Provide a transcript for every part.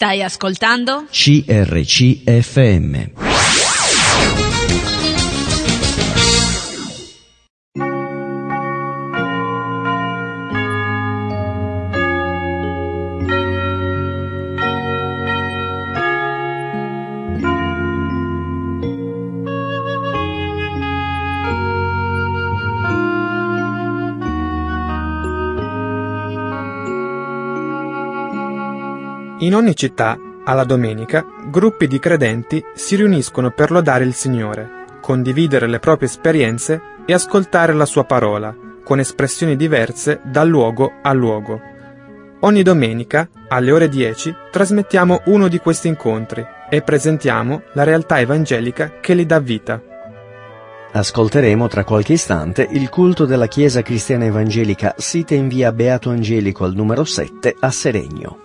Stai ascoltando? CRC-FM. In ogni città, alla domenica, gruppi di credenti si riuniscono per lodare il Signore, condividere le proprie esperienze e ascoltare la sua parola, con espressioni diverse da luogo a luogo. Ogni domenica, alle ore 10, trasmettiamo uno di questi incontri e presentiamo la realtà evangelica che li dà vita. Ascolteremo tra qualche istante il culto della Chiesa Cristiana Evangelica sita in via Beato Angelico al numero 7 a Seregno.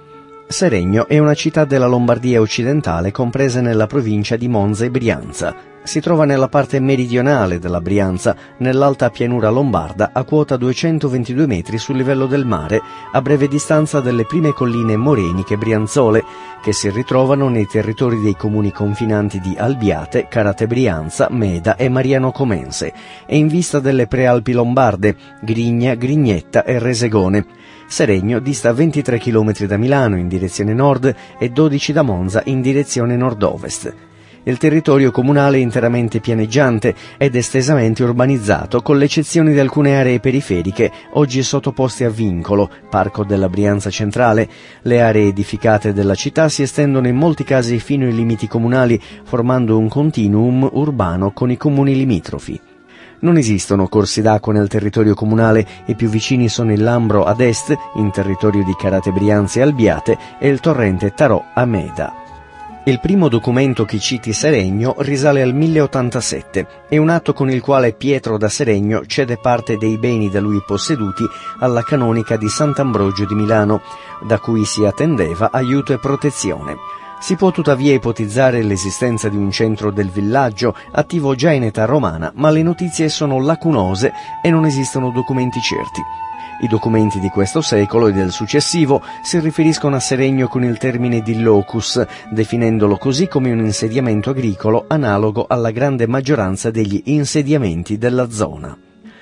Seregno è una città della Lombardia occidentale compresa nella provincia di Monza e Brianza. Si trova nella parte meridionale della Brianza, nell'alta pianura lombarda, a quota 222 metri sul livello del mare, a breve distanza dalle prime colline moreniche brianzole, che si ritrovano nei territori dei comuni confinanti di Albiate, Carate Brianza, Meda e Mariano Comense, e in vista delle prealpi lombarde, Grigna, Grignetta e Resegone. Seregno dista 23 km da Milano in direzione nord e 12 da Monza in direzione nord-ovest. Il territorio comunale è interamente pianeggiante ed estesamente urbanizzato, con l'eccezione di alcune aree periferiche, oggi sottoposte a vincolo, Parco della Brianza Centrale. Le aree edificate della città si estendono in molti casi fino ai limiti comunali, formando un continuum urbano con i comuni limitrofi. Non esistono corsi d'acqua nel territorio comunale, i più vicini sono il Lambro ad est, in territorio di Carate Brianza e Albiate, e il torrente Tarò a Meda. Il primo documento che citi Seregno risale al 1087, è un atto con il quale Pietro da Seregno cede parte dei beni da lui posseduti alla canonica di Sant'Ambrogio di Milano, da cui si attendeva aiuto e protezione. Si può tuttavia ipotizzare l'esistenza di un centro del villaggio attivo già in età romana, ma le notizie sono lacunose e non esistono documenti certi. I documenti di questo secolo e del successivo si riferiscono a Seregno con il termine di locus, definendolo così come un insediamento agricolo analogo alla grande maggioranza degli insediamenti della zona.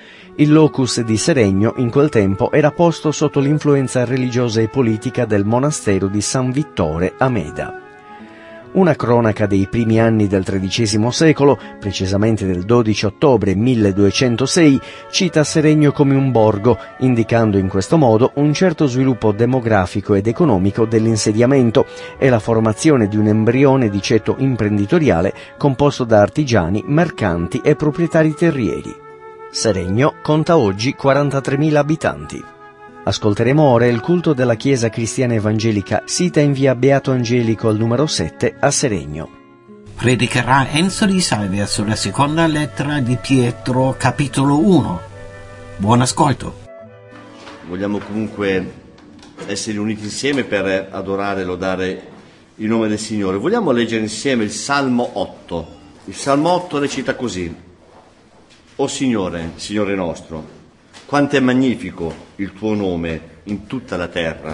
Il locus di Seregno in quel tempo era posto sotto l'influenza religiosa e politica del monastero di San Vittore a Meda. Una cronaca dei primi anni del XIII secolo, precisamente del 12 ottobre 1206, cita Seregno come un borgo, indicando in questo modo un certo sviluppo demografico ed economico dell'insediamento e la formazione di un embrione di ceto imprenditoriale composto da artigiani, mercanti e proprietari terrieri. Seregno conta oggi 43.000 abitanti. Ascolteremo ora il culto della Chiesa Cristiana Evangelica sita in via Beato Angelico al numero 7 a Seregno. Predicherà Enzo Di Salvia sulla seconda lettera di Pietro, capitolo 1. Buon ascolto. Vogliamo comunque essere uniti insieme per adorare e lodare il nome del Signore. Vogliamo leggere insieme il Salmo 8. Il Salmo 8 recita così: O Signore, Signore nostro, quanto è magnifico il tuo nome in tutta la terra.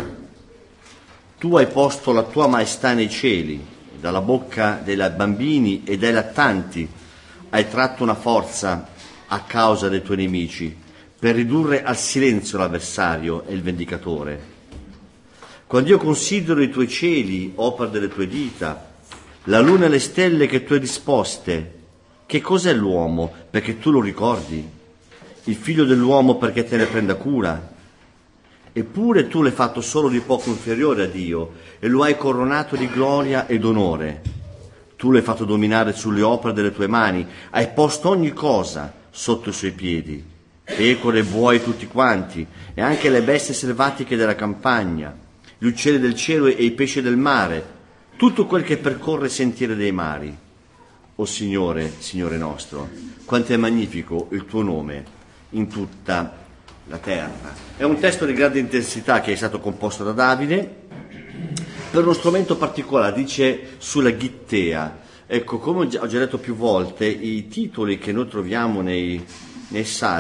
Tu hai posto la tua maestà nei cieli, dalla bocca dei bambini e dai lattanti hai tratto una forza a causa dei tuoi nemici, per ridurre al silenzio l'avversario e il vendicatore. Quando io considero i tuoi cieli, opera delle tue dita, la luna e le stelle che tu hai disposte, che cos'è l'uomo perché tu lo ricordi? Il figlio dell'uomo perché te ne prenda cura? Eppure tu l'hai fatto solo di poco inferiore a Dio e lo hai coronato di gloria ed onore. Tu l'hai fatto dominare sulle opere delle tue mani, hai posto ogni cosa sotto i suoi piedi, pecore e buoi tutti quanti, e anche le bestie selvatiche della campagna, gli uccelli del cielo e i pesci del mare, tutto quel che percorre i sentieri dei mari. O Signore, Signore nostro, quanto è magnifico il tuo nome in tutta la terra. È un testo di grande intensità che è stato composto da Davide per uno strumento particolare, dice sulla gittea. Ecco, come ho già detto più volte, i titoli che noi troviamo nei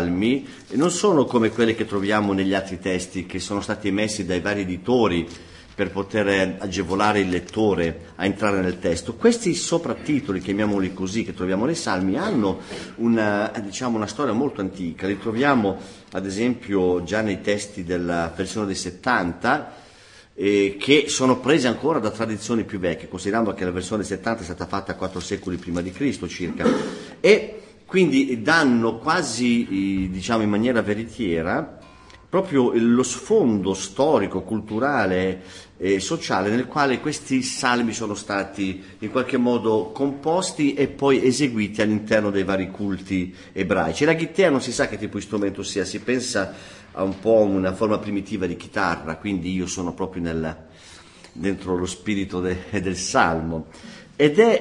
salmi non sono come quelli che troviamo negli altri testi che sono stati emessi dai vari editori per poter agevolare il lettore a entrare nel testo. Questi sopratitoli, chiamiamoli così, che troviamo nei Salmi, hanno una storia molto antica. Li troviamo ad esempio già nei testi della versione dei 70, che sono presi ancora da tradizioni più vecchie, considerando che la versione dei 70 è stata fatta 4 secoli prima di Cristo circa, e quindi danno quasi, in maniera veritiera, proprio lo sfondo storico, culturale e sociale nel quale questi salmi sono stati in qualche modo composti e poi eseguiti all'interno dei vari culti ebraici. La ghitea non si sa che tipo di strumento sia, si pensa a un po' una forma primitiva di chitarra, quindi io sono proprio dentro lo spirito del salmo. Ed è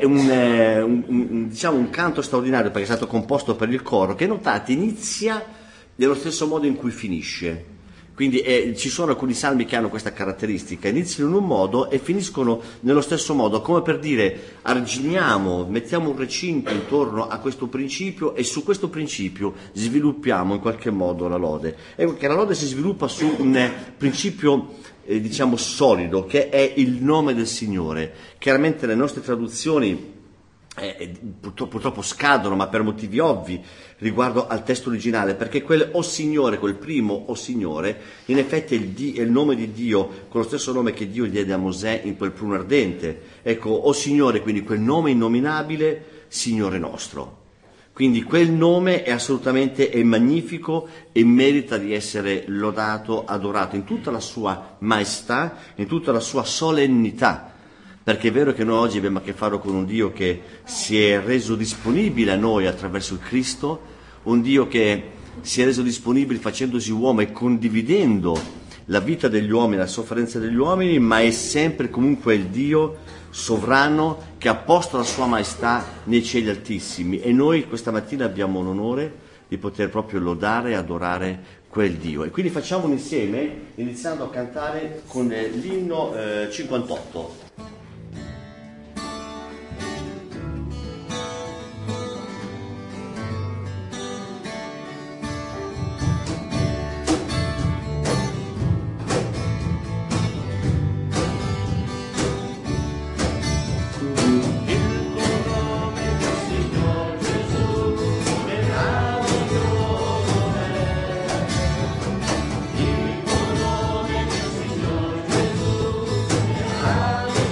un canto straordinario perché è stato composto per il coro, che notate inizia nello stesso modo in cui finisce. Quindi ci sono alcuni salmi che hanno questa caratteristica, iniziano in un modo e finiscono nello stesso modo, come per dire arginiamo, mettiamo un recinto intorno a questo principio e su questo principio sviluppiamo in qualche modo la lode. E che la lode si sviluppa su un principio solido, che è il nome del Signore. Chiaramente le nostre traduzioni purtroppo scadono, ma per motivi ovvi riguardo al testo originale, perché quel "o Signore", quel primo "o Signore", in effetti è il nome di Dio, con lo stesso nome che Dio diede a Mosè in quel pruno ardente. Ecco, "o Signore", quindi quel nome innominabile, Signore nostro. Quindi quel nome è magnifico e merita di essere lodato, adorato in tutta la sua maestà, in tutta la sua solennità. Perché è vero che noi oggi abbiamo a che fare con un Dio che si è reso disponibile a noi attraverso il Cristo, un Dio che si è reso disponibile facendosi uomo e condividendo la vita degli uomini, la sofferenza degli uomini, ma è sempre comunque il Dio sovrano che ha posto la sua maestà nei cieli altissimi. E noi questa mattina abbiamo l'onore di poter proprio lodare e adorare quel Dio. E quindi facciamolo insieme, iniziando a cantare con l'inno 58. Signore Gesù,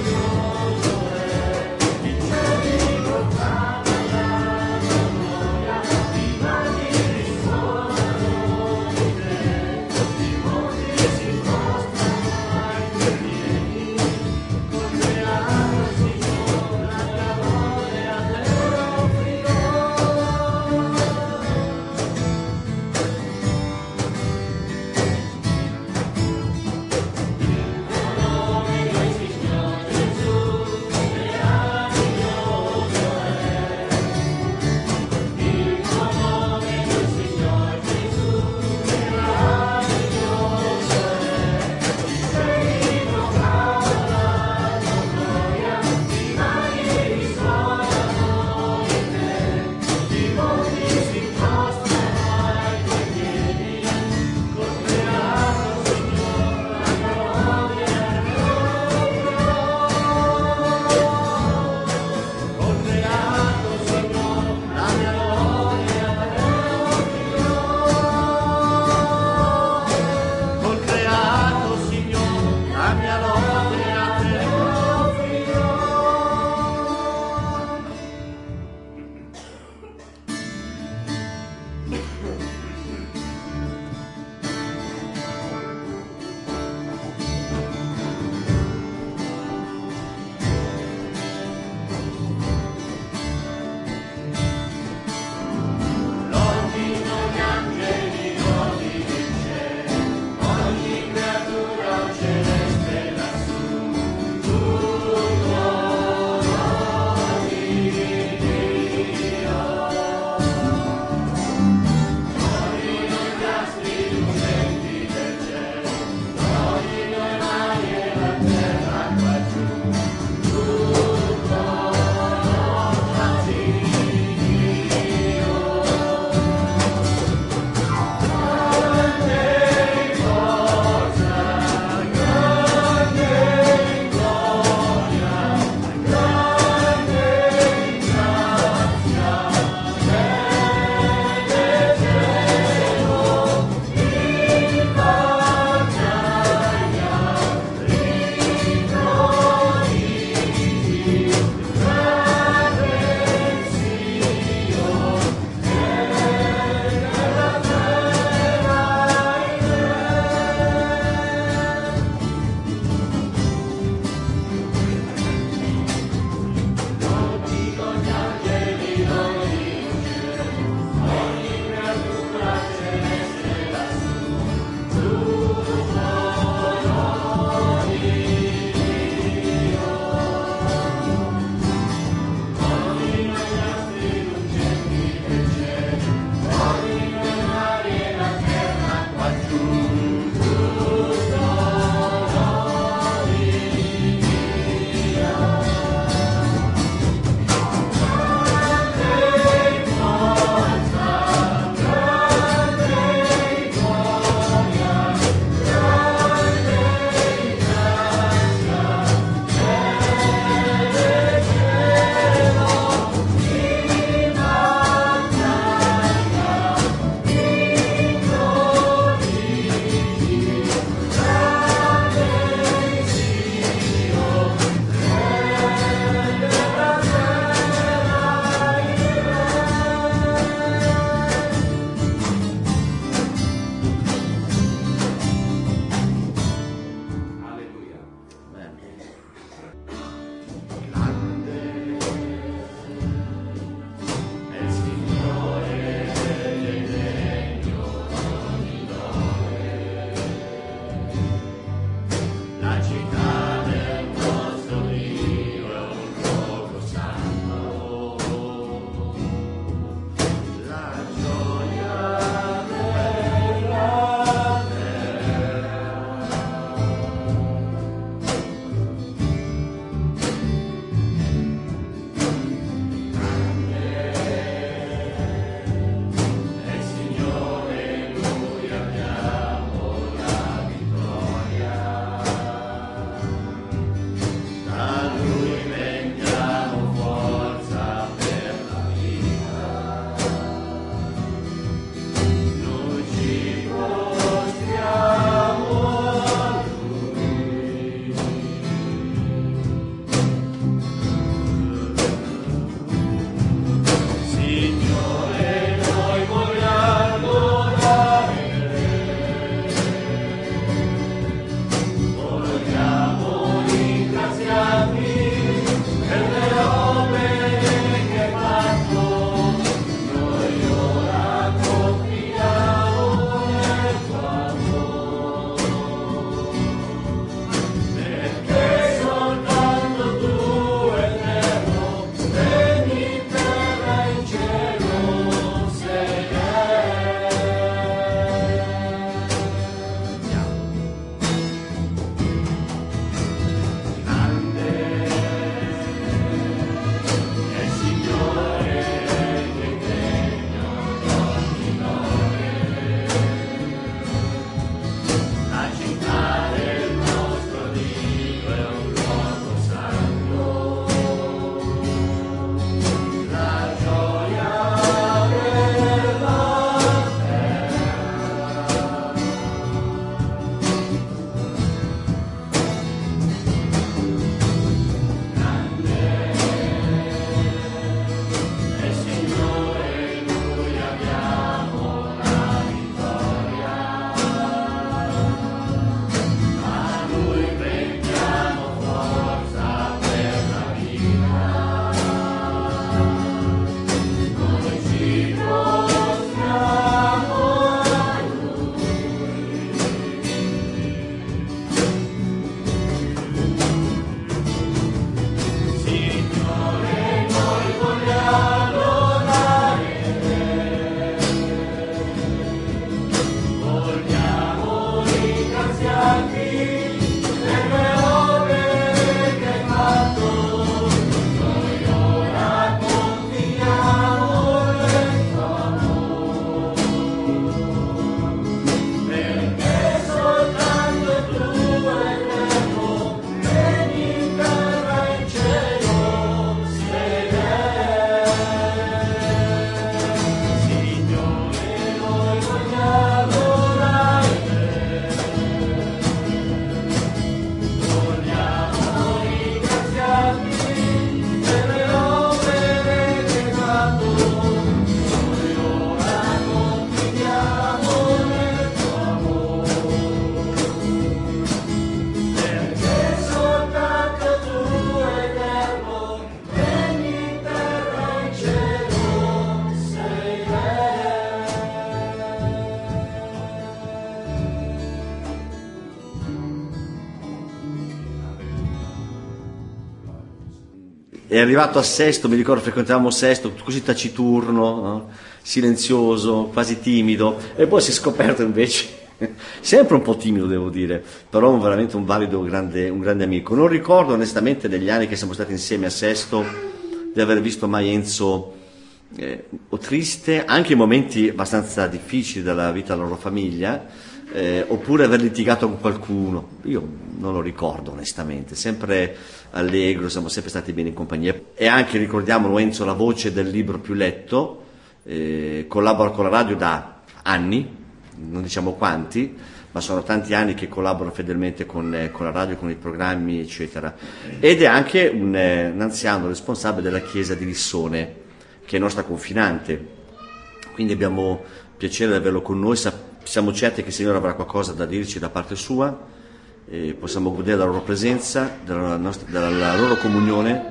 è arrivato a Sesto, mi ricordo frequentavamo Sesto, così taciturno, no? Silenzioso, quasi timido, e poi si è scoperto invece sempre un po' timido, devo dire, però veramente un valido, un grande amico. Non ricordo onestamente negli anni che siamo stati insieme a Sesto di aver visto mai Enzo o triste, anche in momenti abbastanza difficili della vita della loro famiglia, oppure aver litigato con qualcuno. Io non lo ricordo onestamente, sempre allegro, siamo sempre stati bene in compagnia. E anche, ricordiamolo, Enzo, la voce del libro più letto, collabora con la radio da anni, non diciamo quanti, ma sono tanti anni che collabora fedelmente con la radio, con i programmi, eccetera. Ed è anche un anziano responsabile della chiesa di Lissone, che è nostra confinante. Quindi abbiamo piacere di averlo con noi, siamo certi che il Signore avrà qualcosa da dirci da parte sua, e possiamo godere della loro presenza, della loro comunione,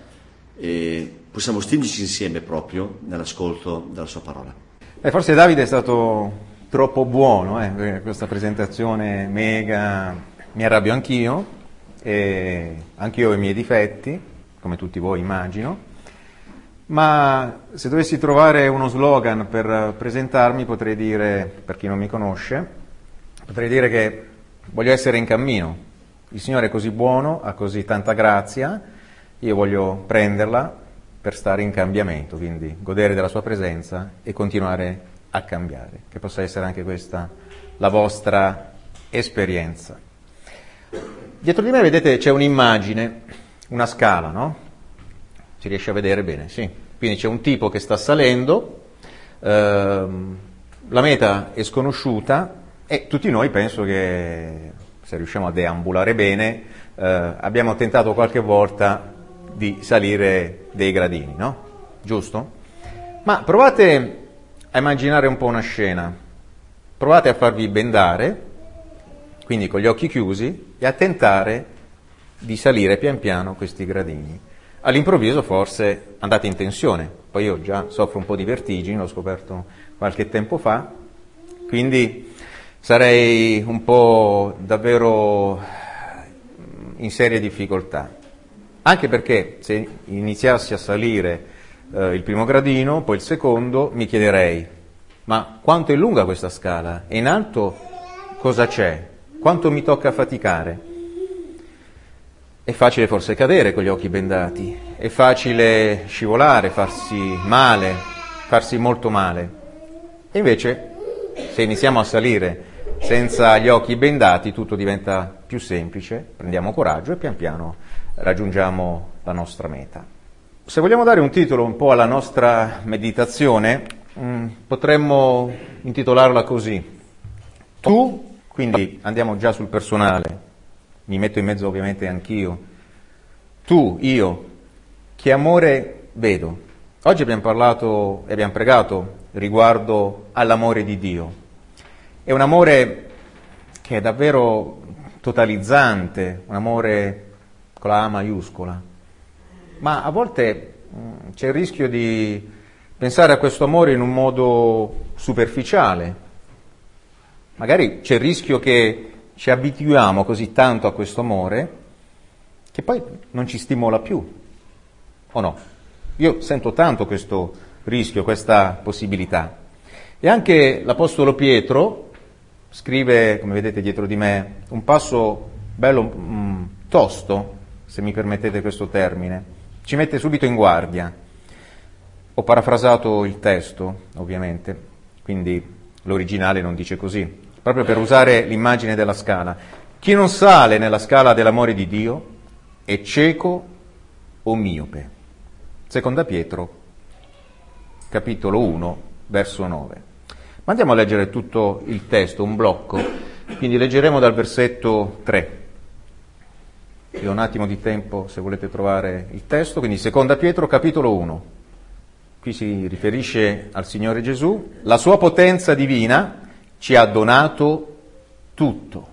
e possiamo stringerci insieme proprio nell'ascolto della sua parola. Forse Davide è stato troppo buono, questa presentazione mega, mi arrabbio anch'io ho i miei difetti, come tutti voi immagino, ma se dovessi trovare uno slogan per presentarmi potrei dire, per chi non mi conosce, potrei dire che voglio essere in cammino. Il Signore è così buono, ha così tanta grazia, io voglio prenderla per stare in cambiamento, quindi godere della sua presenza e continuare a cambiare, che possa essere anche questa la vostra esperienza. Dietro di me, vedete, c'è un'immagine, una scala, no? Si riesce a vedere bene, sì. Quindi c'è un tipo che sta salendo, la meta è sconosciuta e tutti noi, penso che se riusciamo a deambulare bene, abbiamo tentato qualche volta di salire dei gradini, no? Giusto? Ma provate a immaginare un po' una scena, provate a farvi bendare, quindi con gli occhi chiusi, e a tentare di salire pian piano questi gradini. All'improvviso forse andate in tensione, poi io già soffro un po' di vertigini, l'ho scoperto qualche tempo fa, quindi sarei un po' davvero in serie difficoltà. Anche perché se iniziassi a salire il primo gradino, poi il secondo, mi chiederei: ma quanto è lunga questa scala? E in alto cosa c'è? Quanto mi tocca faticare? È facile forse cadere con gli occhi bendati, è facile scivolare, farsi male, farsi molto male. E invece, se iniziamo a salire senza gli occhi bendati, tutto diventa più semplice, prendiamo coraggio e pian piano raggiungiamo la nostra meta. Se vogliamo dare un titolo un po' alla nostra meditazione, potremmo intitolarla così: tu, quindi andiamo già sul personale, mi metto in mezzo ovviamente anch'io, tu, io, che amore vedo? Oggi abbiamo parlato e abbiamo pregato riguardo all'amore di Dio. È un amore che è davvero totalizzante, un amore con la A maiuscola, ma a volte c'è il rischio di pensare a questo amore in un modo superficiale. Magari c'è il rischio che ci abituiamo così tanto a questo amore che poi non ci stimola più, o no? Io sento tanto questo rischio, questa possibilità. E anche l'Apostolo Pietro scrive, come vedete dietro di me, un passo bello tosto, se mi permettete questo termine, ci mette subito in guardia. Ho parafrasato il testo, ovviamente, quindi l'originale non dice così, proprio per usare l'immagine della scala. Chi non sale nella scala dell'amore di Dio è cieco o miope. Seconda Pietro, capitolo 1, verso 9. Ma andiamo a leggere tutto il testo, un blocco, quindi leggeremo dal versetto 3. Io ho un attimo di tempo se volete trovare il testo, quindi Seconda Pietro, capitolo 1. Qui si riferisce al Signore Gesù. La sua potenza divina ci ha donato tutto.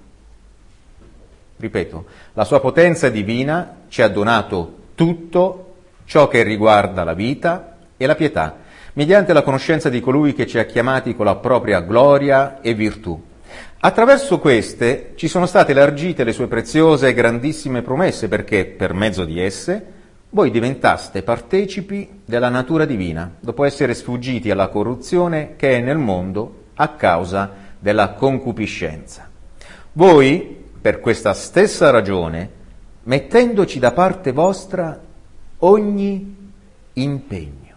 Ripeto, la sua potenza divina ci ha donato tutto ciò che riguarda la vita e la pietà, mediante la conoscenza di colui che ci ha chiamati con la propria gloria e virtù. Attraverso queste ci sono state elargite le sue preziose e grandissime promesse, perché per mezzo di esse voi diventaste partecipi della natura divina, dopo essere sfuggiti alla corruzione che è nel mondo a causa della concupiscenza. Voi, per questa stessa ragione, mettendoci da parte vostra ogni impegno,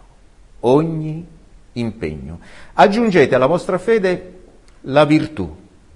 aggiungete alla vostra fede la virtù,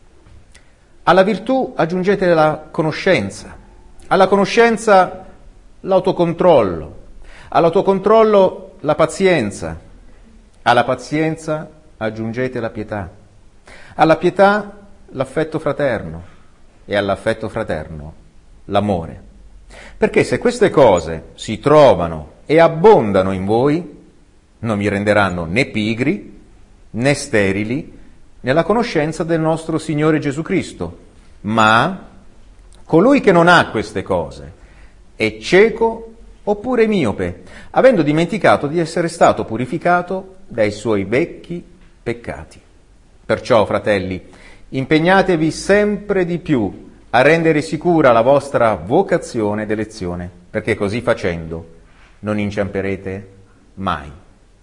alla virtù aggiungete la conoscenza, alla conoscenza l'autocontrollo, all'autocontrollo la pazienza, alla pazienza aggiungete la pietà, alla pietà l'affetto fraterno e all'affetto fraterno l'amore. Perché se queste cose si trovano e abbondano in voi, non vi renderanno né pigri né sterili nella conoscenza del nostro Signore Gesù Cristo, ma colui che non ha queste cose è cieco oppure miope, avendo dimenticato di essere stato purificato dai suoi vecchi peccati. Perciò, fratelli, impegnatevi sempre di più a rendere sicura la vostra vocazione ed elezione, perché così facendo non inciamperete mai.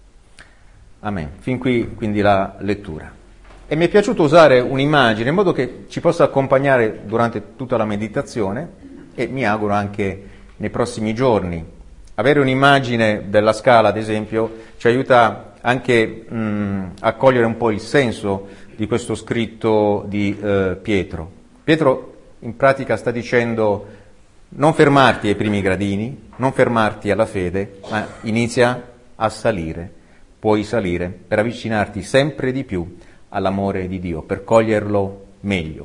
Amen. Fin qui quindi la lettura. E mi è piaciuto usare un'immagine in modo che ci possa accompagnare durante tutta la meditazione e mi auguro anche nei prossimi giorni. Avere un'immagine della scala, ad esempio, ci aiuta anche a cogliere un po' il senso di questo scritto di Pietro. Pietro in pratica sta dicendo: non fermarti ai primi gradini, non fermarti alla fede, ma inizia a salire, puoi salire per avvicinarti sempre di più all'amore di Dio, per coglierlo meglio.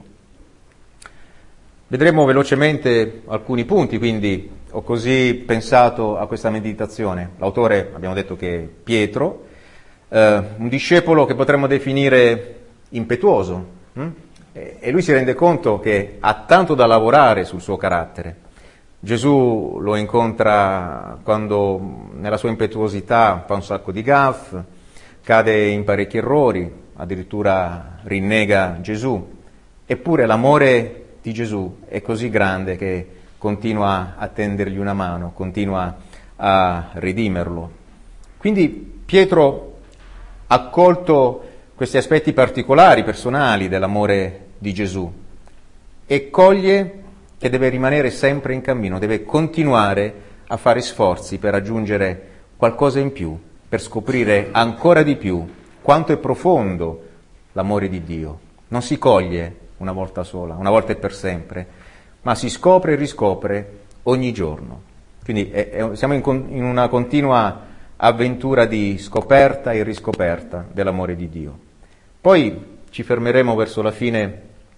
Vedremo velocemente alcuni punti, quindi ho così pensato a questa meditazione. L'autore abbiamo detto che è Pietro, un discepolo che potremmo definire impetuoso, e lui si rende conto che ha tanto da lavorare sul suo carattere. Gesù lo incontra quando nella sua impetuosità fa un sacco di gaffe, cade in parecchi errori, addirittura rinnega Gesù, eppure l'amore di Gesù è così grande che continua a tendergli una mano, continua a redimerlo. Quindi Pietro ha colto questi aspetti particolari, personali dell'amore di Gesù e coglie che deve rimanere sempre in cammino, deve continuare a fare sforzi per aggiungere qualcosa in più, per scoprire ancora di più quanto è profondo l'amore di Dio. Non si coglie una volta sola, una volta e per sempre, ma si scopre e riscopre ogni giorno. Quindi siamo in una continua avventura di scoperta e riscoperta dell'amore di Dio. Poi ci fermeremo verso la fine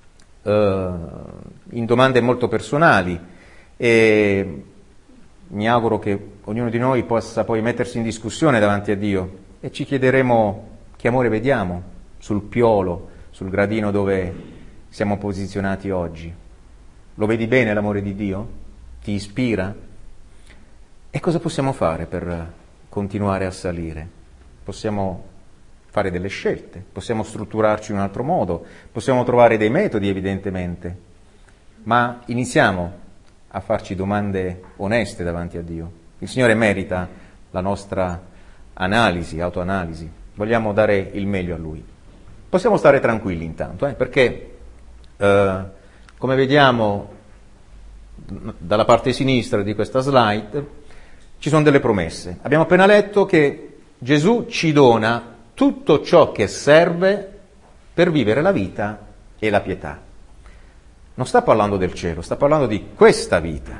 in domande molto personali e mi auguro che ognuno di noi possa poi mettersi in discussione davanti a Dio e ci chiederemo che amore vediamo sul piolo, sul gradino dove siamo posizionati oggi. Lo vedi bene l'amore di Dio? Ti ispira? E cosa possiamo fare per continuare a salire? Possiamo fare delle scelte, possiamo strutturarci in un altro modo, possiamo trovare dei metodi evidentemente, ma iniziamo a farci domande oneste davanti a Dio. Il Signore merita la nostra analisi, autoanalisi, vogliamo dare il meglio a Lui. Possiamo stare tranquilli intanto, perché come vediamo dalla parte sinistra di questa slide ci sono delle promesse. Abbiamo appena letto che Gesù ci dona tutto ciò che serve per vivere la vita e la pietà. Non sta parlando del cielo, sta parlando di questa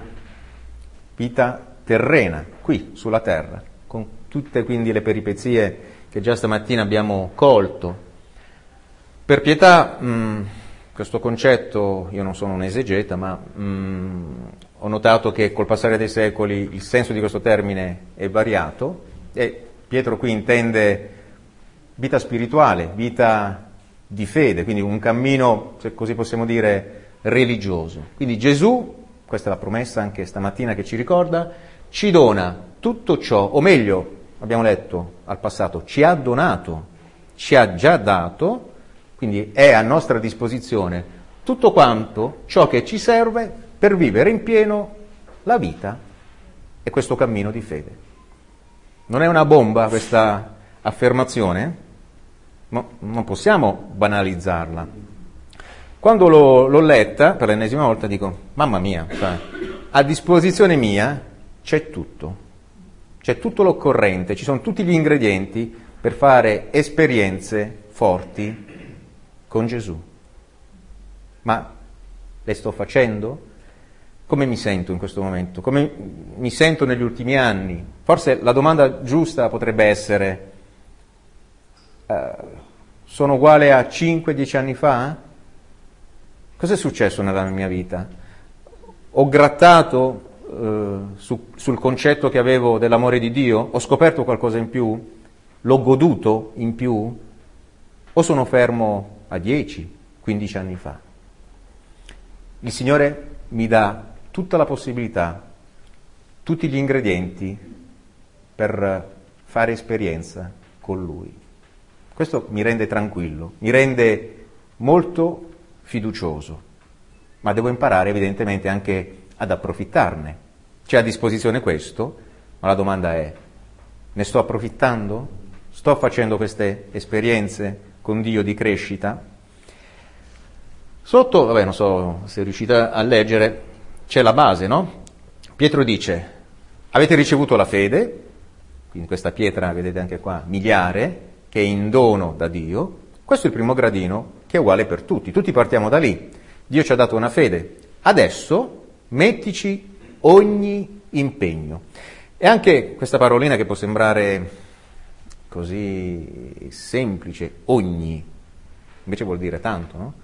vita terrena, qui sulla terra, con tutte quindi le peripezie che già stamattina abbiamo colto. Per pietà, questo concetto, io non sono un esegeta, ma ho notato che col passare dei secoli il senso di questo termine è variato e Pietro qui intende vita spirituale, vita di fede, quindi un cammino, se così possiamo dire, religioso. Quindi Gesù, questa è la promessa anche stamattina che ci ricorda, ci dona tutto ciò, o meglio, abbiamo letto al passato, ci ha donato, ci ha già dato, quindi è a nostra disposizione tutto quanto ciò che ci serve per vivere in pieno la vita è questo cammino di fede. Non è una bomba questa affermazione? No, non possiamo banalizzarla. Quando l'ho letta per l'ennesima volta dico, mamma mia, cioè, a disposizione mia c'è tutto l'occorrente, ci sono tutti gli ingredienti per fare esperienze forti con Gesù. Ma le sto facendo? Come mi sento in questo momento? Come mi sento negli ultimi anni? Forse la domanda giusta potrebbe essere, sono uguale a 5-10 anni fa? Cos'è successo nella mia vita? Ho grattato sul concetto che avevo dell'amore di Dio? Ho scoperto qualcosa in più? L'ho goduto in più? O sono fermo a 10-15 anni fa? Il Signore mi dà tutta la possibilità, tutti gli ingredienti per fare esperienza con Lui. Questo mi rende tranquillo, mi rende molto fiducioso, ma devo imparare evidentemente anche ad approfittarne. C'è a disposizione questo, ma la domanda è, ne sto approfittando? Sto facendo queste esperienze con Dio di crescita? Sotto, non so se riuscite a leggere, c'è la base, no? Pietro dice, avete ricevuto la fede, quindi questa pietra, vedete anche qua, miliare, che è in dono da Dio. Questo è il primo gradino, che è uguale per tutti. Tutti partiamo da lì. Dio ci ha dato una fede. Adesso mettici ogni impegno. E anche questa parolina che può sembrare così semplice, ogni, invece vuol dire tanto, no?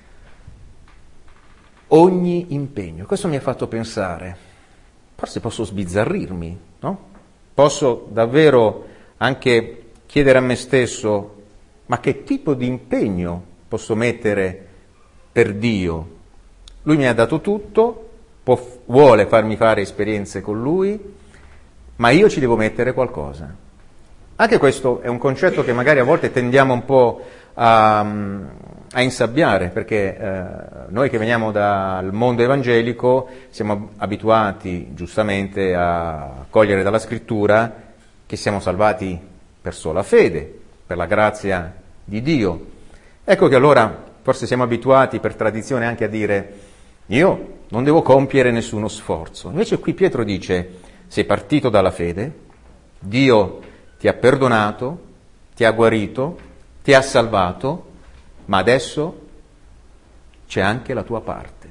Ogni impegno. Questo mi ha fatto pensare, forse posso sbizzarrirmi, no? Posso davvero anche chiedere a me stesso, ma che tipo di impegno posso mettere per Dio? Lui mi ha dato tutto, vuole farmi fare esperienze con Lui, ma io ci devo mettere qualcosa. Anche questo è un concetto che magari a volte tendiamo un po' a insabbiare, perché noi che veniamo dal mondo evangelico siamo abituati giustamente a cogliere dalla scrittura che siamo salvati per sola fede, per la grazia di Dio. Ecco che allora forse siamo abituati per tradizione anche a dire io non devo compiere nessuno sforzo. Invece qui Pietro dice, sei partito dalla fede, Dio ti ha perdonato, ti ha guarito, ti ha salvato, ma adesso c'è anche la tua parte.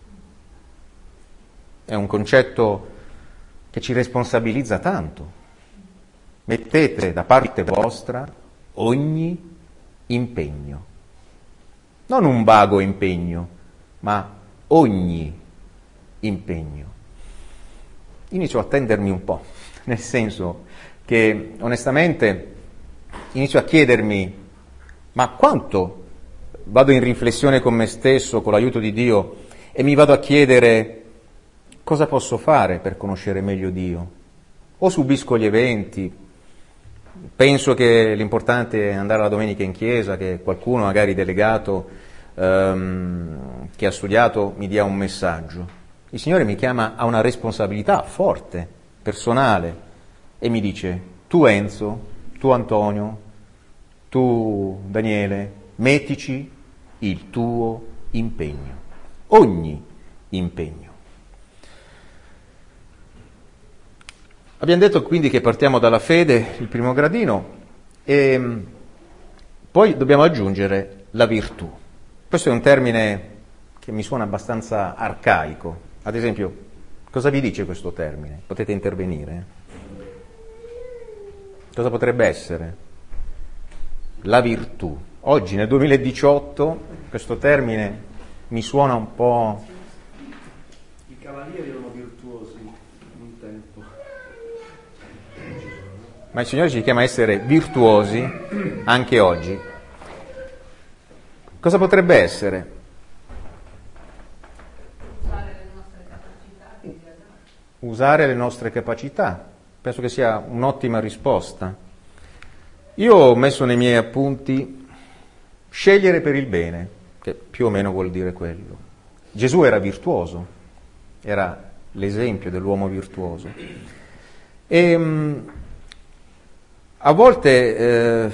È un concetto che ci responsabilizza tanto. Mettete da parte vostra ogni impegno. Non un vago impegno, ma ogni impegno. Inizio a tendermi un po', nel senso che onestamente inizio a chiedermi, ma quanto vado in riflessione con me stesso, con l'aiuto di Dio, e mi vado a chiedere cosa posso fare per conoscere meglio Dio? O subisco gli eventi, penso che l'importante è andare la domenica in chiesa, che qualcuno magari delegato che ha studiato mi dia un messaggio. Il Signore mi chiama a una responsabilità forte, personale, e mi dice, tu Enzo, tu Antonio, tu Daniele, mettici il tuo impegno, ogni impegno. Abbiamo detto quindi che partiamo dalla fede, il primo gradino, e poi dobbiamo aggiungere la virtù. Questo è un termine che mi suona abbastanza arcaico. Ad esempio, cosa vi dice questo termine? Potete intervenire? Cosa potrebbe essere? La virtù. Oggi, nel 2018, questo termine mi suona un po'... I cavalieri erano virtuosi un tempo. Ma il Signore ci chiama a essere virtuosi anche oggi. Cosa potrebbe essere? Usare le nostre capacità. Penso che sia un'ottima risposta. Io ho messo nei miei appunti scegliere per il bene, che più o meno vuol dire quello. Gesù era virtuoso, era l'esempio dell'uomo virtuoso. E a volte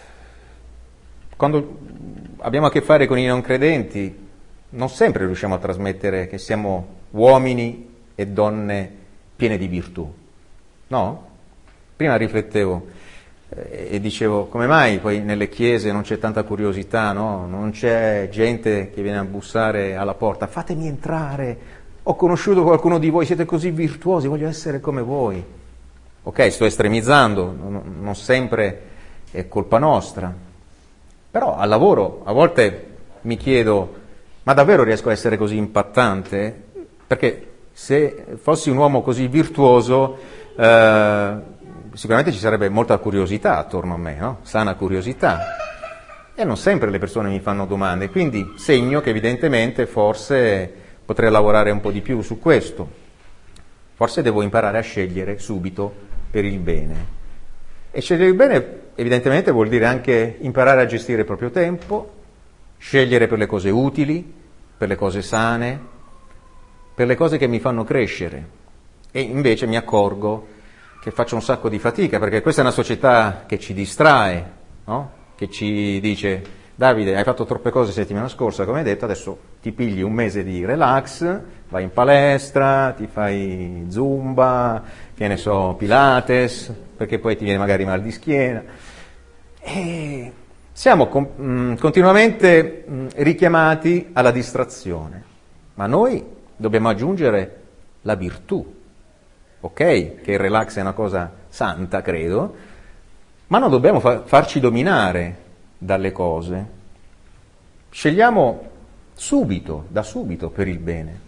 quando abbiamo a che fare con i non credenti non sempre riusciamo a trasmettere che siamo uomini e donne piene di virtù, no? Prima riflettevo e dicevo, come mai poi nelle chiese non c'è tanta curiosità, no? Non c'è gente che viene a bussare alla porta, fatemi entrare, ho conosciuto qualcuno di voi, siete così virtuosi, voglio essere come voi. Ok, sto estremizzando, non sempre è colpa nostra, però al lavoro a volte mi chiedo, ma davvero riesco a essere così impattante? Perché se fossi un uomo così virtuoso, sicuramente ci sarebbe molta curiosità attorno a me, no? Sana curiosità. E non sempre le persone mi fanno domande, quindi segno che evidentemente forse potrei lavorare un po' di più su questo. Forse devo imparare a scegliere subito per il bene. E scegliere il bene evidentemente vuol dire anche imparare a gestire il proprio tempo, scegliere per le cose utili, per le cose sane, per le cose che mi fanno crescere. E invece mi accorgo che faccio un sacco di fatica, perché questa è una società che ci distrae, no? Che ci dice, Davide, hai fatto troppe cose settimana scorsa, come hai detto, adesso ti pigli un mese di relax, vai in palestra, ti fai zumba, che ne so, pilates, perché poi ti viene magari mal di schiena. E siamo continuamente richiamati alla distrazione, ma noi dobbiamo aggiungere la virtù. Ok, che il relax è una cosa santa, credo, ma non dobbiamo farci dominare dalle cose. Scegliamo subito, da subito, per il bene.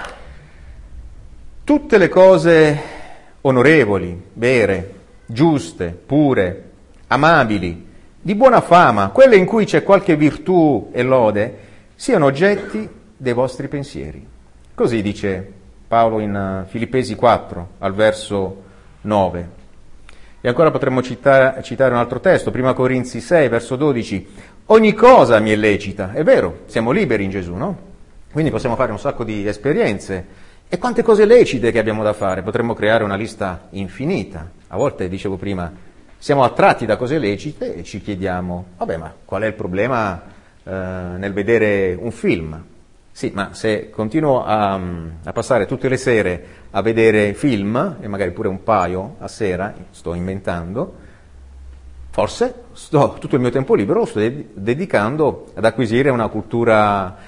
Tutte le cose onorevoli, vere, giuste, pure, amabili, di buona fama, quelle in cui c'è qualche virtù e lode, siano oggetti dei vostri pensieri. Così dice Paolo in Filippesi 4, al verso 9. E ancora potremmo citare un altro testo, 1 Corinzi 6, verso 12. Ogni cosa mi è lecita. È vero, siamo liberi in Gesù, no? Quindi possiamo fare un sacco di esperienze. E quante cose lecite che abbiamo da fare? Potremmo creare una lista infinita. A volte, dicevo prima, siamo attratti da cose lecite e ci chiediamo, vabbè, ma qual è il problema nel vedere un film? Sì, ma se continuo a passare tutte le sere a vedere film, e magari pure un paio a sera, sto inventando, forse tutto il mio tempo libero lo sto dedicando ad acquisire una cultura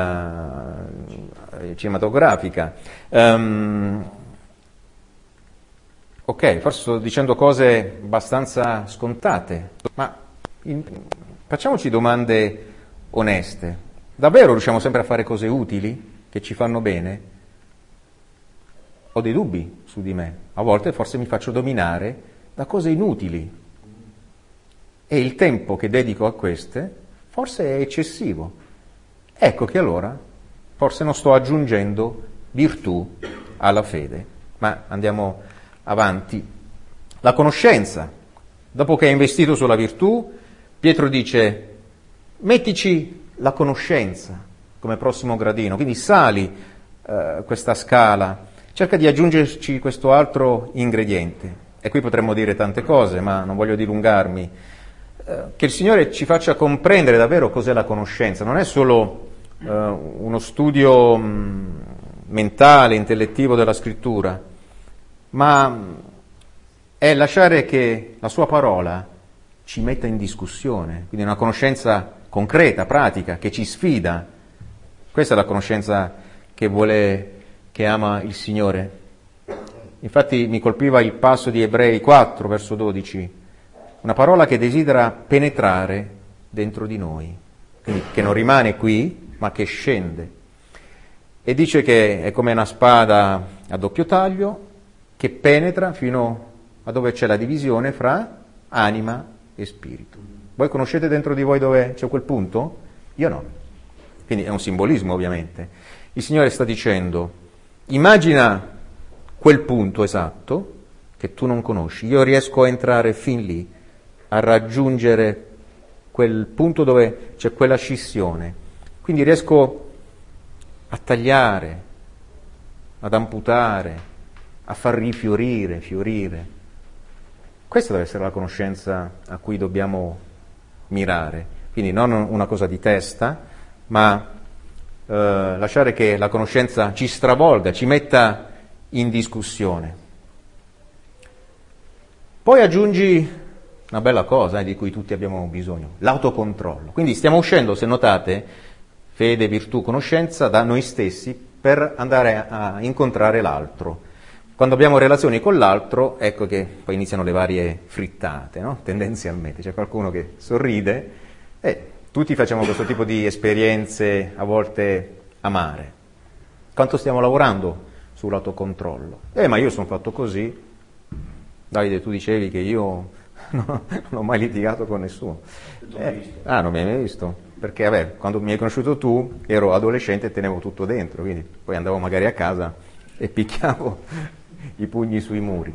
cinematografica. Ok, forse sto dicendo cose abbastanza scontate, ma facciamoci domande oneste. Davvero riusciamo sempre a fare cose utili, che ci fanno bene? Ho dei dubbi su di me. A volte forse mi faccio dominare da cose inutili. E il tempo che dedico a queste forse è eccessivo. Ecco che allora forse non sto aggiungendo virtù alla fede. Ma andiamo avanti. La conoscenza. Dopo che hai investito sulla virtù, Pietro dice, mettici la conoscenza come prossimo gradino, quindi sali questa scala, cerca di aggiungerci questo altro ingrediente. E qui potremmo dire tante cose, ma non voglio dilungarmi. Che il Signore ci faccia comprendere davvero cos'è la conoscenza. Non è solo uno studio mentale, intellettivo della Scrittura, ma è lasciare che la Sua parola ci metta in discussione, quindi una conoscenza concreta, pratica, che ci sfida. Questa è la conoscenza che ama il Signore. Infatti mi colpiva il passo di Ebrei 4, verso 12, una parola che desidera penetrare dentro di noi, quindi che non rimane qui, ma che scende. E dice che è come una spada a doppio taglio che penetra fino a dove c'è la divisione fra anima e spirito. Voi conoscete dentro di voi dove c'è quel punto? Io no. Quindi è un simbolismo, ovviamente. Il Signore sta dicendo, immagina quel punto esatto che tu non conosci. Io riesco a entrare fin lì, a raggiungere quel punto dove c'è quella scissione. Quindi riesco a tagliare, ad amputare, a far rifiorire, fiorire. Questa deve essere la conoscenza a cui dobbiamo mirare. Quindi non una cosa di testa, ma lasciare che la conoscenza ci stravolga, ci metta in discussione. Poi aggiungi una bella cosa di cui tutti abbiamo bisogno, l'autocontrollo. Quindi stiamo uscendo, se notate, fede, virtù, conoscenza, da noi stessi per andare a incontrare l'altro. Quando abbiamo relazioni con l'altro, ecco che poi iniziano le varie frittate, no? Tendenzialmente. C'è qualcuno che sorride e tutti facciamo questo tipo di esperienze, a volte amare. Quanto stiamo lavorando sull'autocontrollo? Ma io sono fatto così. Davide, tu dicevi che io non ho mai litigato con nessuno. Non mi hai mai visto? Perché, quando mi hai conosciuto tu, ero adolescente e tenevo tutto dentro, quindi poi andavo magari a casa e picchiavo i pugni sui muri.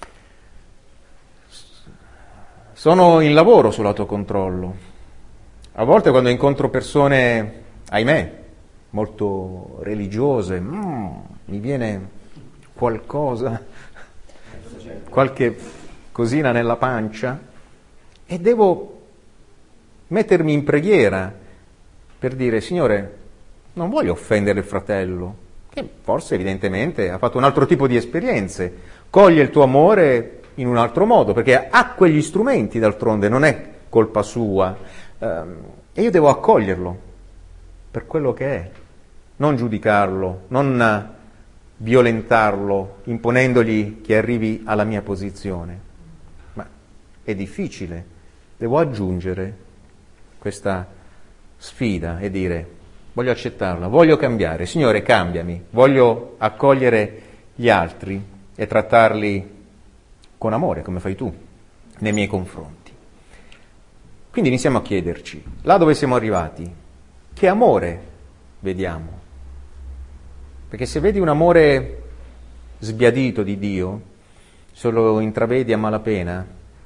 Sono in lavoro sull'autocontrollo. A volte quando incontro persone, ahimè, molto religiose, mi viene qualcosa, qualche cosina nella pancia e devo mettermi in preghiera per dire: Signore, non voglio offendere il fratello, che forse evidentemente ha fatto un altro tipo di esperienze, coglie il tuo amore in un altro modo, perché ha quegli strumenti, d'altronde non è colpa sua, e io devo accoglierlo per quello che è, non giudicarlo, non violentarlo, imponendogli che arrivi alla mia posizione. Ma è difficile, devo aggiungere questa sfida e dire: voglio accettarla, voglio cambiare, Signore cambiami, voglio accogliere gli altri e trattarli con amore, come fai tu nei miei confronti. Quindi iniziamo a chiederci, là dove siamo arrivati, che amore vediamo? Perché se vedi un amore sbiadito di Dio, se lo intravedi a malapena,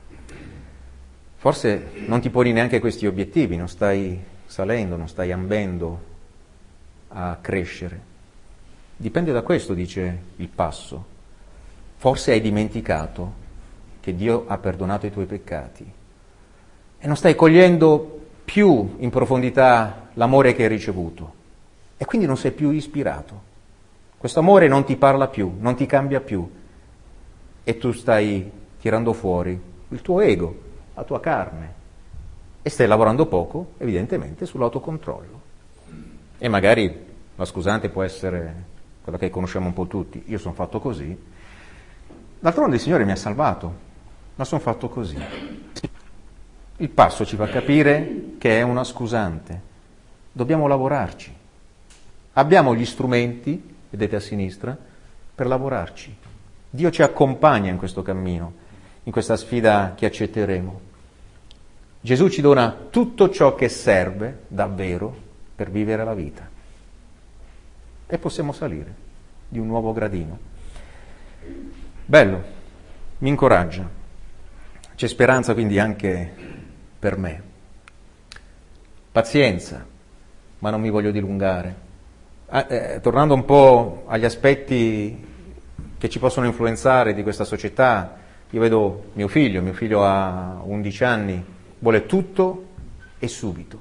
forse non ti poni neanche questi obiettivi, non stai salendo, non stai ambendo a crescere. Dipende da questo, dice il passo. Forse hai dimenticato che Dio ha perdonato i tuoi peccati e non stai cogliendo più in profondità l'amore che hai ricevuto e quindi non sei più ispirato. Questo amore non ti parla più, non ti cambia più e tu stai tirando fuori il tuo ego, la tua carne e stai lavorando poco, evidentemente, sull'autocontrollo. E magari la scusante può essere quella che conosciamo un po' tutti: io sono fatto così, d'altronde il Signore mi ha salvato, ma sono fatto così. Il passo ci fa capire che è una scusante, dobbiamo lavorarci. Abbiamo gli strumenti, vedete a sinistra, per lavorarci. Dio ci accompagna in questo cammino, in questa sfida che accetteremo. Gesù ci dona tutto ciò che serve davvero per vivere la vita. E possiamo salire di un nuovo gradino. Bello, mi incoraggia. C'è speranza quindi anche per me. Pazienza, ma non mi voglio dilungare. Tornando un po' agli aspetti che ci possono influenzare di questa società, io vedo mio figlio ha 11 anni, vuole tutto e subito.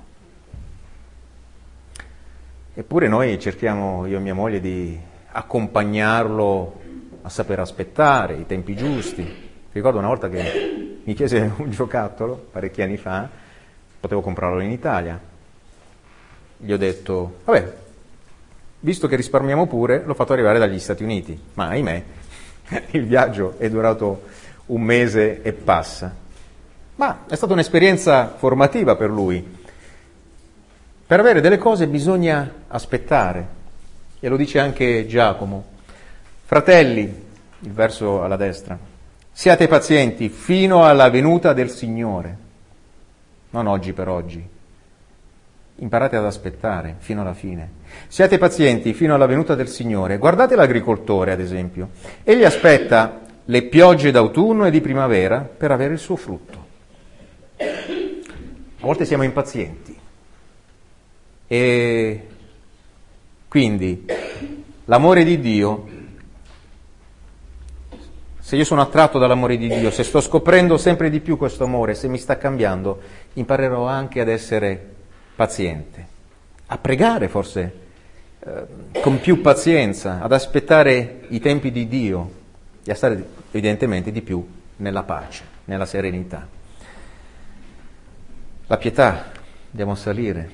Eppure noi cerchiamo, io e mia moglie, di accompagnarlo a saper aspettare i tempi giusti. Ricordo una volta che mi chiese un giocattolo, parecchi anni fa, potevo comprarlo in Italia. Gli ho detto: vabbè, visto che risparmiamo pure, l'ho fatto arrivare dagli Stati Uniti, ma ahimè il viaggio è durato un mese e passa. Ma è stata un'esperienza formativa per lui. Per avere delle cose bisogna aspettare, e lo dice anche Giacomo. Fratelli, il verso alla destra, siate pazienti fino alla venuta del Signore, non oggi per oggi. Imparate ad aspettare fino alla fine. Siate pazienti fino alla venuta del Signore. Guardate l'agricoltore, ad esempio. Egli aspetta le piogge d'autunno e di primavera per avere il suo frutto. A volte siamo impazienti. E quindi l'amore di Dio se io sono attratto dall'amore di Dio, se sto scoprendo sempre di più questo amore, se mi sta cambiando, imparerò anche ad essere paziente, a pregare forse con più pazienza, ad aspettare i tempi di Dio e a stare evidentemente di più nella pace, nella serenità. La pietà, andiamo a salire.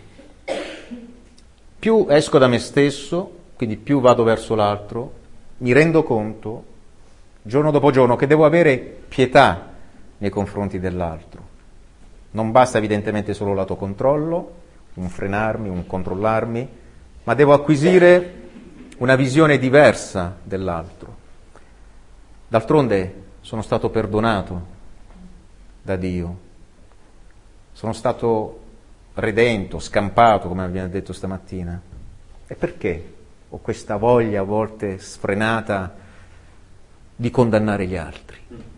Più esco da me stesso, quindi più vado verso l'altro, mi rendo conto, giorno dopo giorno, che devo avere pietà nei confronti dell'altro. Non basta evidentemente solo l'autocontrollo, un frenarmi, un controllarmi, ma devo acquisire una visione diversa dell'altro. D'altronde sono stato perdonato da Dio, sono stato redento, scampato, come abbiamo detto stamattina. E perché ho questa voglia a volte sfrenata di condannare gli altri?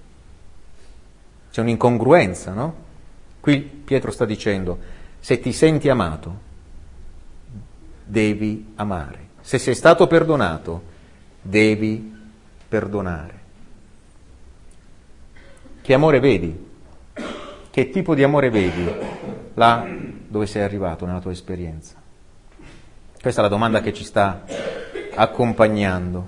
C'è un'incongruenza, no? Qui Pietro sta dicendo, se ti senti amato, devi amare. Se sei stato perdonato, devi perdonare. Che amore vedi? Che tipo di amore vedi là dove sei arrivato nella tua esperienza? Questa è la domanda che ci sta accompagnando.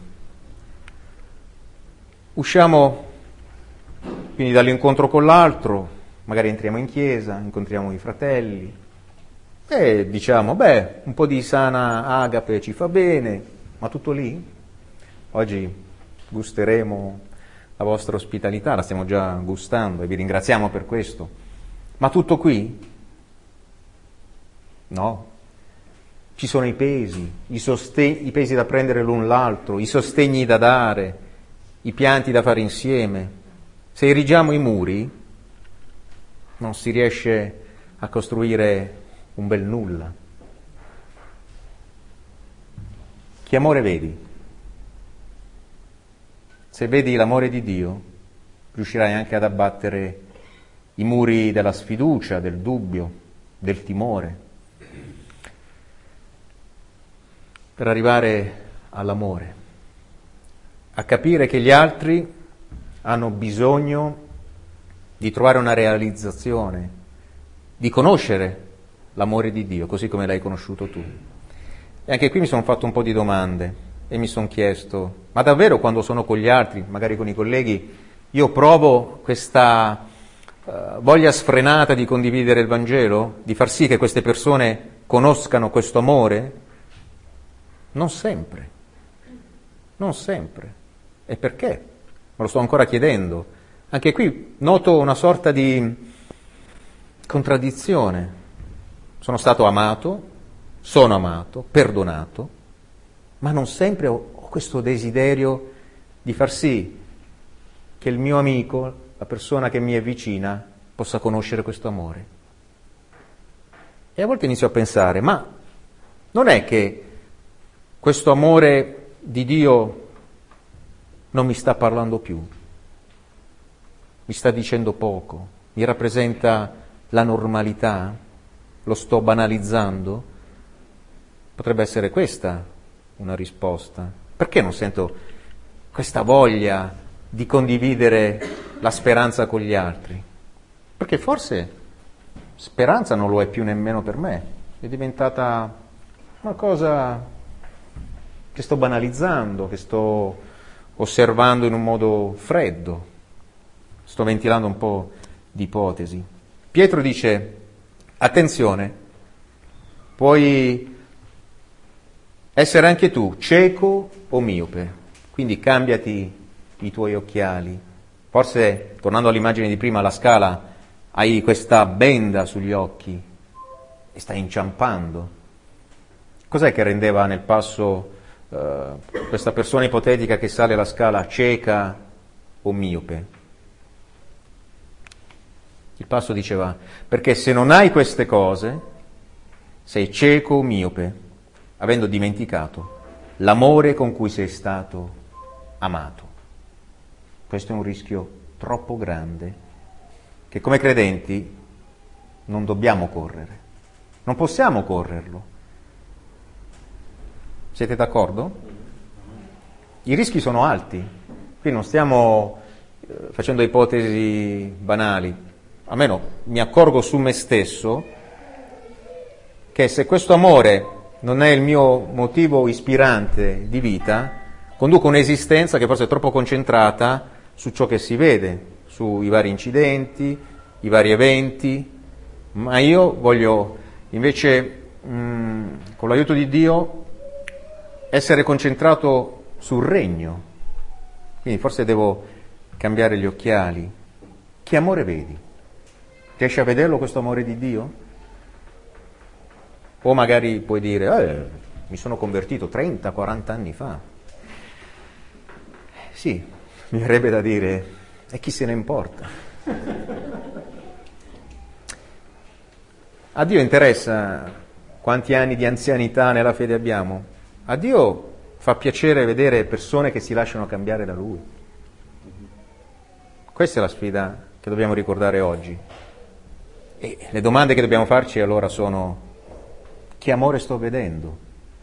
Usciamo quindi dall'incontro con l'altro, magari entriamo in chiesa, incontriamo i fratelli e diciamo, un po' di sana agape ci fa bene, ma tutto lì? Oggi gusteremo la vostra ospitalità, la stiamo già gustando e vi ringraziamo per questo, ma tutto qui? No. Ci sono i pesi, i pesi da prendere l'un l'altro, i sostegni da dare, i pianti da fare insieme. Se erigiamo i muri, non si riesce a costruire un bel nulla. Che amore vedi? Se vedi l'amore di Dio, riuscirai anche ad abbattere i muri della sfiducia, del dubbio, del timore, per arrivare all'amore, a capire che gli altri hanno bisogno di trovare una realizzazione, di conoscere l'amore di Dio, così come l'hai conosciuto tu. E anche qui mi sono fatto un po' di domande e mi sono chiesto, ma davvero quando sono con gli altri, magari con i colleghi, io provo questa voglia sfrenata di condividere il Vangelo, di far sì che queste persone conoscano questo amore? Non sempre. E perché? Me lo sto ancora chiedendo. Anche qui noto una sorta di contraddizione. Sono stato amato, sono amato, perdonato, ma non sempre ho questo desiderio di far sì che il mio amico, la persona che mi è vicina, possa conoscere questo amore. E a volte inizio a pensare, ma non è che questo amore di Dio non mi sta parlando più, mi sta dicendo poco, mi rappresenta la normalità, lo sto banalizzando? Potrebbe essere questa una risposta. Perché non sento questa voglia di condividere la speranza con gli altri? Perché forse speranza non lo è più nemmeno per me, è diventata una cosa che sto banalizzando, che sto osservando in un modo freddo, sto ventilando un po' di ipotesi. Pietro dice, attenzione, puoi essere anche tu cieco o miope, quindi cambiati i tuoi occhiali. Forse, tornando all'immagine di prima, alla Scala, hai questa benda sugli occhi e stai inciampando. Cos'è che rendeva nel passo questa persona ipotetica che sale la Scala cieca o miope? Il passo diceva, perché se non hai queste cose, sei cieco o miope, avendo dimenticato l'amore con cui sei stato amato. Questo è un rischio troppo grande che come credenti non dobbiamo correre, non possiamo correrlo. Siete d'accordo? I rischi sono alti, qui non stiamo facendo ipotesi banali, almeno mi accorgo su me stesso che se questo amore non è il mio motivo ispirante di vita, conduco un'esistenza che forse è troppo concentrata su ciò che si vede, sui vari incidenti, i vari eventi, ma io voglio invece, con l'aiuto di Dio, essere concentrato sul regno. Quindi forse devo cambiare gli occhiali. Che amore vedi? Riesci a vederlo questo amore di Dio? O magari puoi dire, mi sono convertito 30-40 anni fa. Sì, mi verrebbe da dire, e chi se ne importa? A Dio interessa quanti anni di anzianità nella fede abbiamo? A Dio fa piacere vedere persone che si lasciano cambiare da Lui. Questa è la sfida che dobbiamo ricordare oggi. E le domande che dobbiamo farci allora sono: che amore sto vedendo?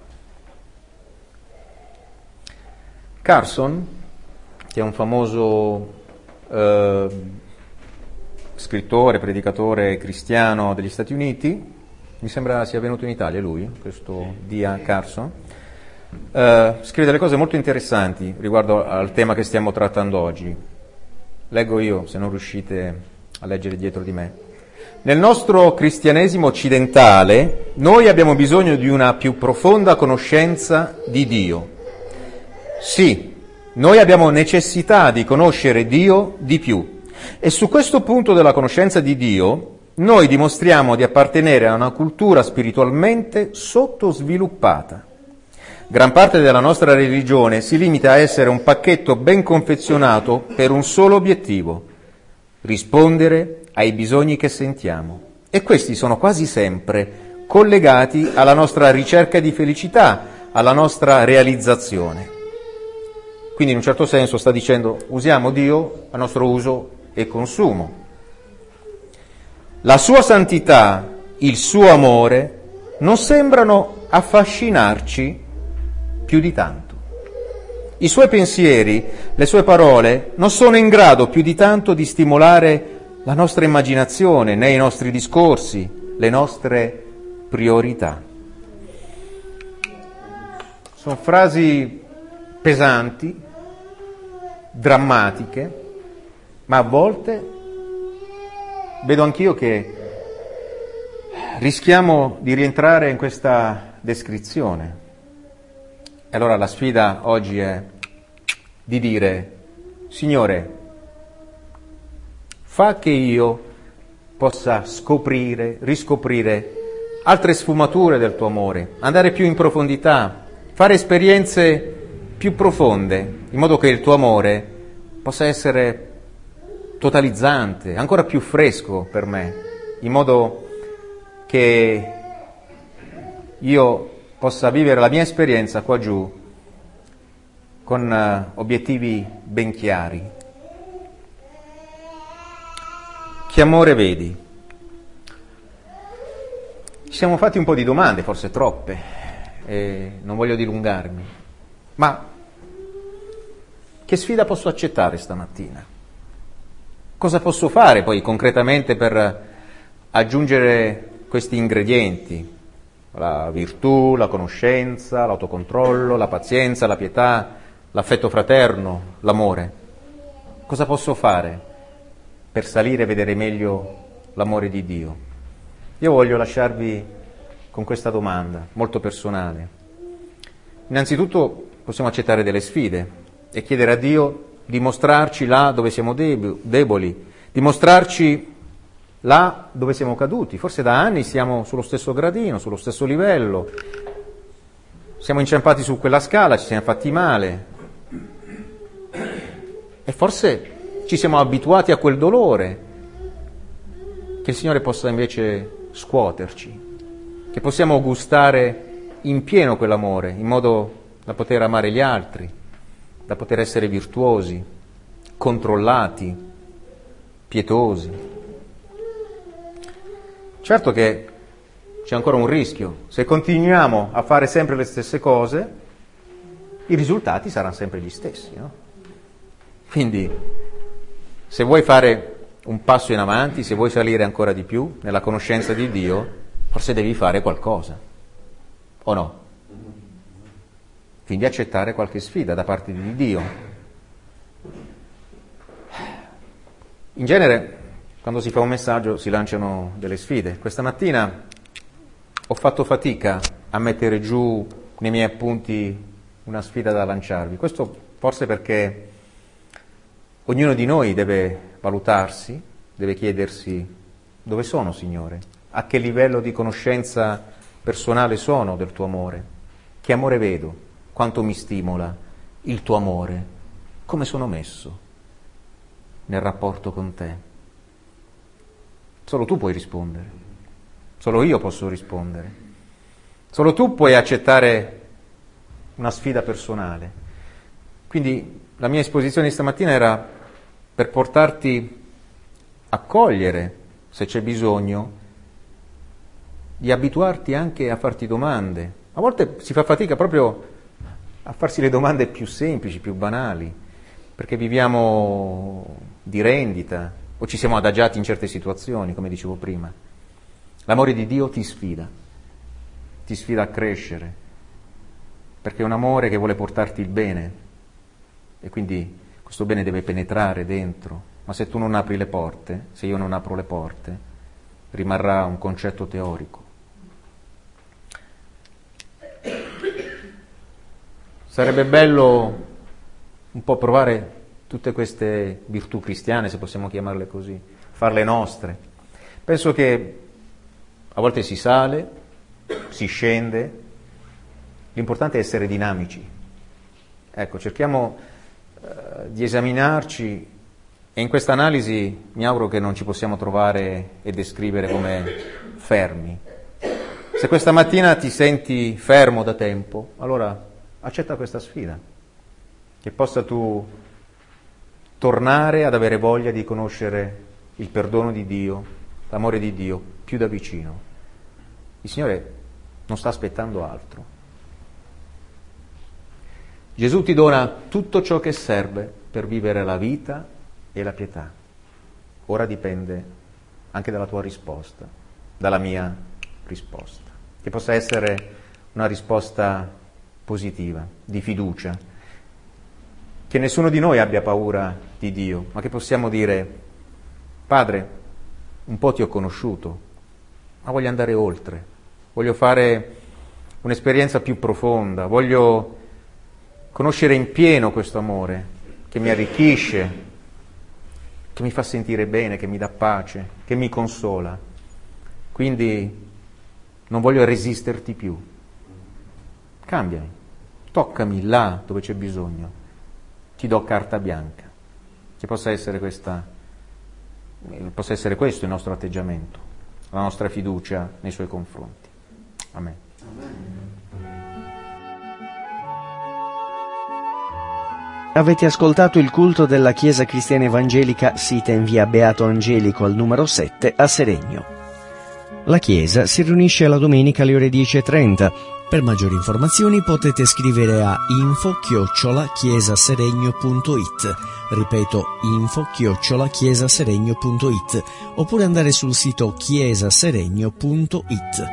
Carson, che è un famoso scrittore, predicatore cristiano degli Stati Uniti, mi sembra sia venuto in Italia lui, questo D.A. Carson, scrive delle cose molto interessanti riguardo al tema che stiamo trattando oggi. Leggo io, se non riuscite a leggere dietro di me. Nel nostro cristianesimo occidentale noi abbiamo bisogno di una più profonda conoscenza di Dio. Sì, noi abbiamo necessità di conoscere Dio di più. E su questo punto della conoscenza di Dio noi dimostriamo di appartenere a una cultura spiritualmente sottosviluppata. Gran parte della nostra religione si limita a essere un pacchetto ben confezionato per un solo obiettivo: rispondere ai bisogni che sentiamo. E questi sono quasi sempre collegati alla nostra ricerca di felicità, alla nostra realizzazione. Quindi in un certo senso sta dicendo: usiamo Dio a nostro uso e consumo. La sua santità, il suo amore non sembrano affascinarci più di tanto. I suoi pensieri, le sue parole non sono in grado più di tanto di stimolare la nostra immaginazione, né i nostri discorsi, le nostre priorità. Sono frasi pesanti, drammatiche, ma a volte vedo anch'io che rischiamo di rientrare in questa descrizione. E allora la sfida oggi è di dire: Signore, fa che io possa scoprire, riscoprire altre sfumature del tuo amore, andare più in profondità, fare esperienze più profonde, in modo che il tuo amore possa essere totalizzante, ancora più fresco per me, in modo che io possa vivere la mia esperienza qua giù con obiettivi ben chiari. Che amore vedi? Ci siamo fatti un po' di domande, forse troppe, e non voglio dilungarmi, ma che sfida posso accettare stamattina? Cosa posso fare poi concretamente per aggiungere questi ingredienti? La virtù, la conoscenza, l'autocontrollo, la pazienza, la pietà, l'affetto fraterno, l'amore. Cosa posso fare per salire e vedere meglio l'amore di Dio? Io voglio lasciarvi con questa domanda, molto personale. Innanzitutto possiamo accettare delle sfide e chiedere a Dio di mostrarci là dove siamo deboli, di mostrarci là dove siamo caduti. Forse da anni siamo sullo stesso gradino, sullo stesso livello, siamo inciampati su quella scala, ci siamo fatti male e forse ci siamo abituati a quel dolore. Che il Signore possa invece scuoterci, che possiamo gustare in pieno quell'amore, in modo da poter amare gli altri, da poter essere virtuosi, controllati, pietosi. Certo che c'è ancora un rischio: se continuiamo a fare sempre le stesse cose, i risultati saranno sempre gli stessi, no? Quindi Se vuoi fare un passo in avanti, se vuoi salire ancora di più nella conoscenza di Dio, forse devi fare qualcosa, o no? Quindi accettare qualche sfida da parte di Dio. In genere, quando si fa un messaggio, si lanciano delle sfide. Questa mattina ho fatto fatica a mettere giù nei miei appunti una sfida da lanciarvi. Questo forse perché ognuno di noi deve valutarsi, deve chiedersi: dove sono, Signore? A che livello di conoscenza personale sono del tuo amore? Che amore vedo? Quanto mi stimola il tuo amore? Come sono messo nel rapporto con te? Solo tu puoi rispondere, solo io posso rispondere, solo tu puoi accettare una sfida personale. Quindi la mia esposizione di stamattina era per portarti a cogliere, se c'è bisogno, di abituarti anche a farti domande. A volte si fa fatica proprio a farsi le domande più semplici, più banali, perché viviamo di rendita o ci siamo adagiati in certe situazioni, come dicevo prima. L'amore di Dio ti sfida a crescere, perché è un amore che vuole portarti il bene e quindi questo bene deve penetrare dentro, ma se tu non apri le porte, se io non apro le porte, rimarrà un concetto teorico. Sarebbe bello un po' provare tutte queste virtù cristiane, se possiamo chiamarle così, farle nostre. Penso che a volte si sale, si scende, l'importante è essere dinamici. Ecco, cerchiamo di esaminarci e in questa analisi mi auguro che non ci possiamo trovare e descrivere come fermi. Se questa mattina ti senti fermo da tempo, allora accetta questa sfida, che possa tu tornare ad avere voglia di conoscere il perdono di Dio, l'amore di Dio più da vicino. Il Signore non sta aspettando altro. Gesù ti dona tutto ciò che serve per vivere la vita e la pietà. Ora dipende anche dalla tua risposta, dalla mia risposta, che possa essere una risposta positiva, di fiducia, che nessuno di noi abbia paura di Dio, ma che possiamo dire: Padre, un po' ti ho conosciuto, ma voglio andare oltre, voglio fare un'esperienza più profonda, voglio conoscere in pieno questo amore che mi arricchisce, che mi fa sentire bene, che mi dà pace, che mi consola. Quindi non voglio resisterti più. Cambiami, toccami là dove c'è bisogno, ti do carta bianca. Che possa essere questo il nostro atteggiamento, la nostra fiducia nei suoi confronti. Amen. Avete ascoltato il culto della Chiesa Cristiana Evangelica sita in via Beato Angelico al numero 7 a Seregno. La Chiesa si riunisce la domenica alle ore 10:30. Per maggiori informazioni potete scrivere a info@chiesaseregno.it, ripeto info@chiesaseregno.it, oppure andare sul sito chiesaseregno.it.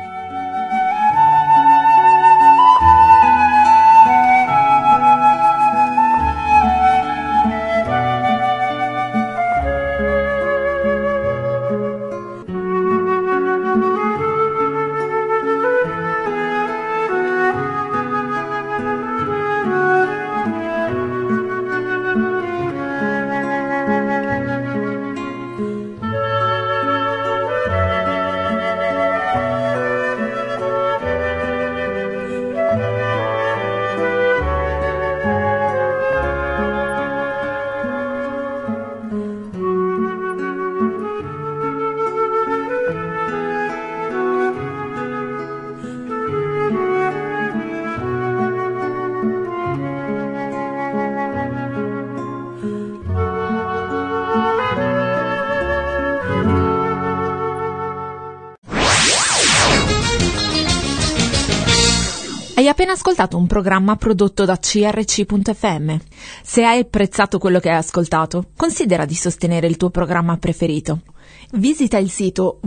Hai appena ascoltato un programma prodotto da CRC.fm. Se hai apprezzato quello che hai ascoltato, considera di sostenere il tuo programma preferito. Visita il sito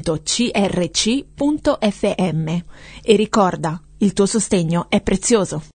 www.crc.fm e ricorda, il tuo sostegno è prezioso.